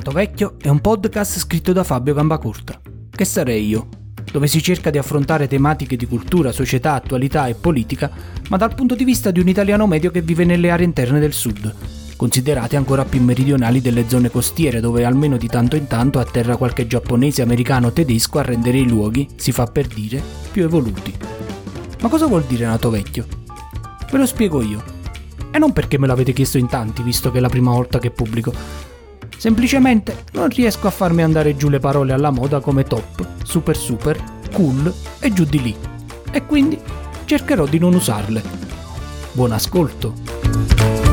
Nato Vecchio è un podcast scritto da Fabio Gambacurta, che sarei io, dove si cerca di affrontare tematiche di cultura, società, attualità e politica, ma dal punto di vista di un italiano medio che vive nelle aree interne del sud, considerate ancora più meridionali delle zone costiere, dove almeno di tanto in tanto atterra qualche giapponese, americano o tedesco a rendere i luoghi, si fa per dire, più evoluti. Ma cosa vuol dire Nato Vecchio? Ve lo spiego io. E non perché me l'avete chiesto in tanti, visto che è la prima volta che pubblico. Semplicemente non riesco a farmi andare giù le parole alla moda come top, super, cool e giù di lì. E quindi cercherò di non usarle. Buon ascolto!